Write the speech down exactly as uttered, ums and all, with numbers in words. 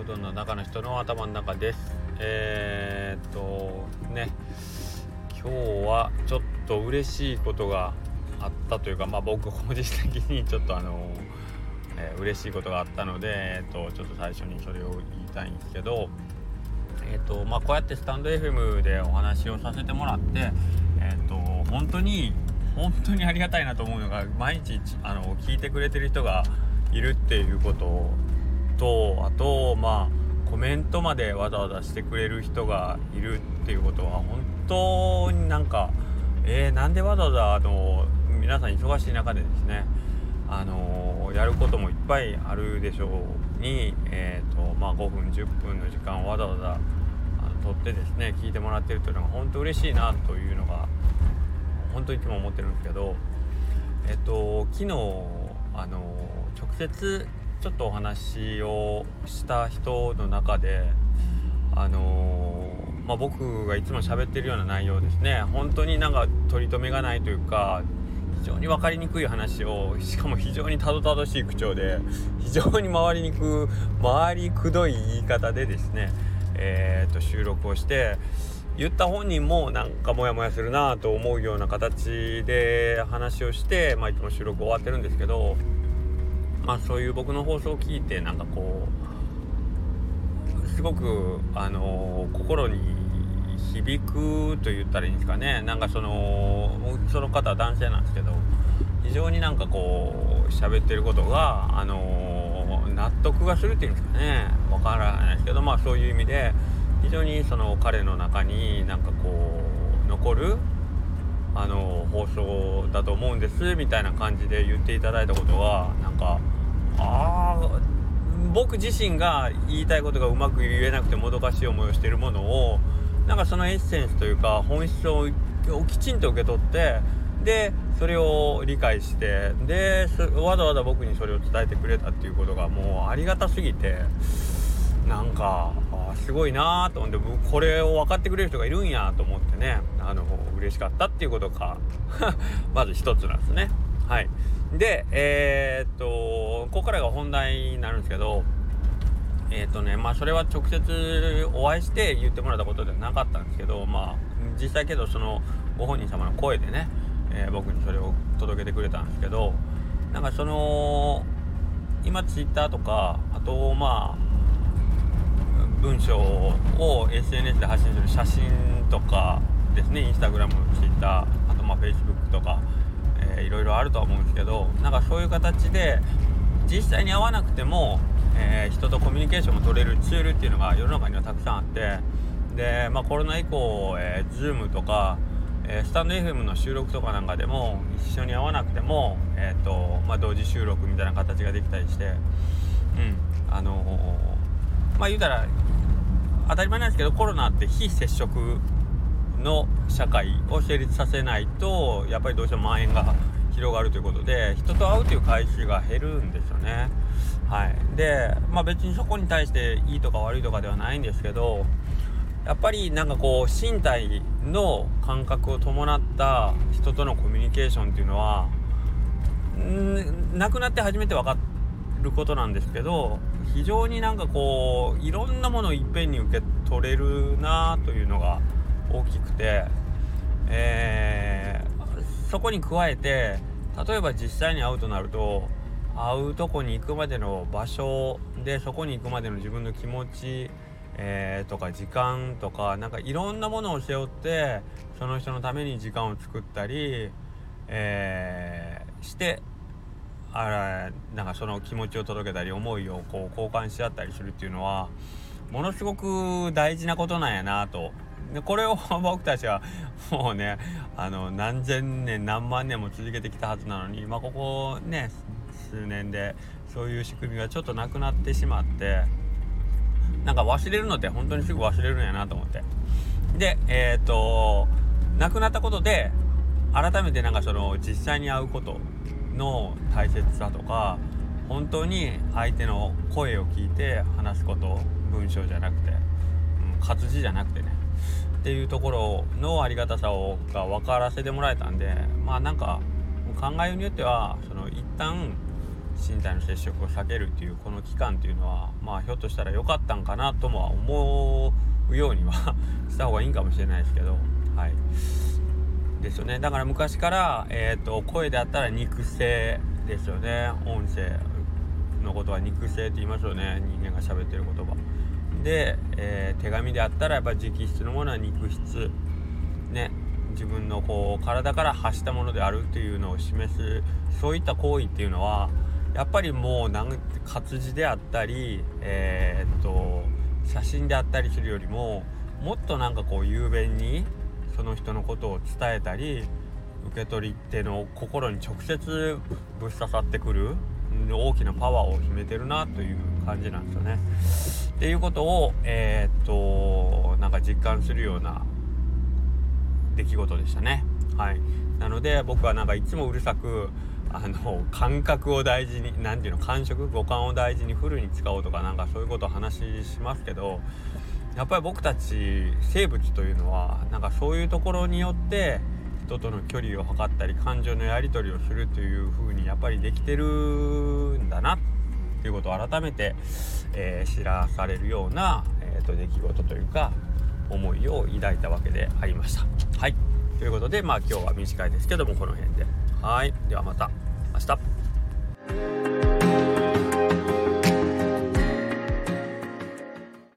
どんの中の人の頭の中です。えー、っとね今日はちょっと嬉しいことがあったというか、まあ僕個人的にちょっとあの、えー、嬉しいことがあったので、えー、っとちょっと最初にそれを言いたいんですけど、えー、っとまあこうやってスタンド エフエム でお話をさせてもらって、えー、っと本当に本当にありがたいなと思うのが、毎日あの聞いてくれてる人がいるっていうことと、あとまあコメントまでわざわざしてくれる人がいるっていうことは本当になんか、えー、なんでわざわざあの皆さん忙しい中でですね、あのやることもいっぱいあるでしょうに、えーとまあ、ごふんじゅっぷんの時間をわざわざあの取ってですね聞いてもらってるというのが本当嬉しいなというのが本当にいつも思ってるんですけど、えっと昨日あの直接ちょっとお話をした人の中で、あのーまあ、僕がいつも喋ってるような内容ですね、本当になんか取り留めがないというか、非常に分かりにくい話を、しかも非常にたどたどしい口調で、非常に回りにく回りくどい言い方でですね、えー、と収録をして、言った本人もなんかモヤモヤするなと思うような形で話をして、まあ、いつも収録終わってるんですけど、まあそういう僕の放送を聞いてなんかこうすごくあの心に響くと言ったらいいんですかね。なんかそのその方は男性なんですけど、非常になんかこう喋ってることがあの納得がするっていうんですかね、わからないですけど、まあそういう意味で非常にその彼の中になんかこう残るあの放送だと思うんですみたいな感じで言っていただいたことは、なんかあ僕自身が言いたいことがうまく言えなくてもどかしい思いをしているものを、なんかそのエッセンスというか本質をきちんと受け取って、でそれを理解して、でわざわざ僕にそれを伝えてくれたっていうことがもうありがたすぎて、なんかあすごいなと思って、これを分かってくれる人がいるんやと思ってね、あの嬉しかったっていうことがまず一つなんですね。はい。でえー、っとここからが本題になるんですけど、えー、っとねまあそれは直接お会いして言ってもらったことではなかったんですけど、まあ実際けどそのご本人様の声でね、えー、僕にそれを届けてくれたんですけど、なんかその今ツイッターとか、あとまあ文章を エスエヌエス で発信する写真とかですね、インスタグラム、ツイッター、あとまあフェイスブックとか、えー、いろいろあるとは思うんですけど、なんかそういう形で実際に会わなくても、えー、人とコミュニケーションを取れるツールっていうのが世の中にはたくさんあって、で、まあ、コロナ以降、えー、Zoom とか、えー、スタンド エフエム の収録とかなんかでも一緒に会わなくても、えーとまあ、同時収録みたいな形ができたりして、うんあのー、まあ言うたら当たり前なんですけど、コロナって非接触の社会を成立させないとやっぱりどうしても蔓延が広がるということで、人と会うという回数が減るんですよね。はい。で、まあ別にそこに対していいとか悪いとかではないんですけど、やっぱりなんかこう身体の感覚を伴った人とのコミュニケーションっていうのはんなくなって初めて分かることなんですけど、非常になんかこういろんなものをいっぺんに受け取れるなというのが大きくて、えー、そこに加えて、例えば実際に会うとなると、会うとこに行くまでの場所で、そこに行くまでの自分の気持ち、えー、とか時間とか、なんかいろんなものを背負ってその人のために時間を作ったり、えー、してあらなんかその気持ちを届けたり、思いをこう交換し合ったりするっていうのはものすごく大事なことなんやなと。でこれを僕たちはもうねあの何千年何万年も続けてきたはずなのに、まあここね数年でそういう仕組みがちょっとなくなってしまって、なんか忘れるのって本当にすぐ忘れるんやなと思って、でえっとなくなったことで改めてなんかその実際に会うことの大切さとか、本当に相手の声を聞いて話すこと、文章じゃなくて、うん、活字じゃなくてねっていうところのありがたさをが分からせてもらえたんで、まあなんか考えようによってはその一旦身体の接触を避けるっていうこの期間っていうのは、まあひょっとしたら良かったんかなとも思うようにはした方がいいんかもしれないですけど、はいですよね。だから昔から、えーと、声であったら肉声ですよね。音声のことは肉声って言いますよね、人間が喋ってる言葉で、えー、手紙であったらやっぱり直筆のものは肉筆ね、自分のこう体から発したものであるっていうのを示す、そういった行為っていうのはやっぱりもうなん活字であったり、えー、っと写真であったりするよりももっとなんかこう雄弁にその人のことを伝えたり、受け取り手の心に直接ぶっ刺さってくる大きなパワーを秘めてるなという感じなんですよね。っていうことをえー、っとなんか実感するような出来事でしたね。はい。なので僕はなんかいつもうるさくあの感覚を大事に、なんていうの、感触五感を大事にフルに使おうとかなんかそういうことを話しますけど、やっぱり僕たち生物というのはなんかそういうところによって人との距離を測ったり感情のやり取りをするという風にやっぱりできてるんだなっていうことを改めて、えー、知らされるような、えーと、出来事というか思いを抱いたわけでありました。はい、ということでまあ今日は短いですけどもこの辺で、はい、ではまた明日。